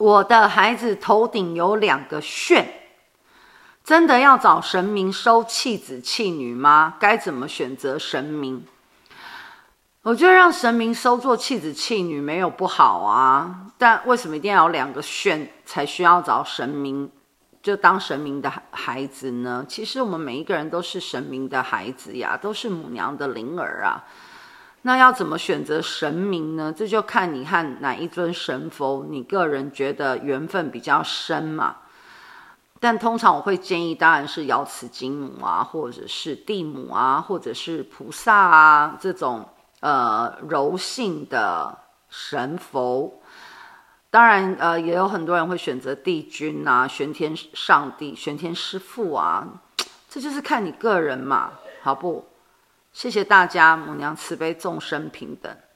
我的孩子头顶有2个旋，真的要找神明收弃子弃女吗？该怎么选择神明？我觉得让神明收做弃子弃女没有不好啊，但为什么一定要有2个旋才需要找神明就当神明的孩子呢？其实我们每一个人都是神明的孩子呀，都是母娘的灵儿啊。那要怎么选择神明呢？这就看你和哪一尊神佛，你个人觉得缘分比较深嘛。但通常我会建议，当然是瑶池金母啊，或者是地母啊，或者是菩萨啊，这种柔性的神佛。当然也有很多人会选择帝君啊、玄天上帝、玄天师父啊，这就是看你个人嘛，好不？谢谢大家，母娘慈悲，众生平等。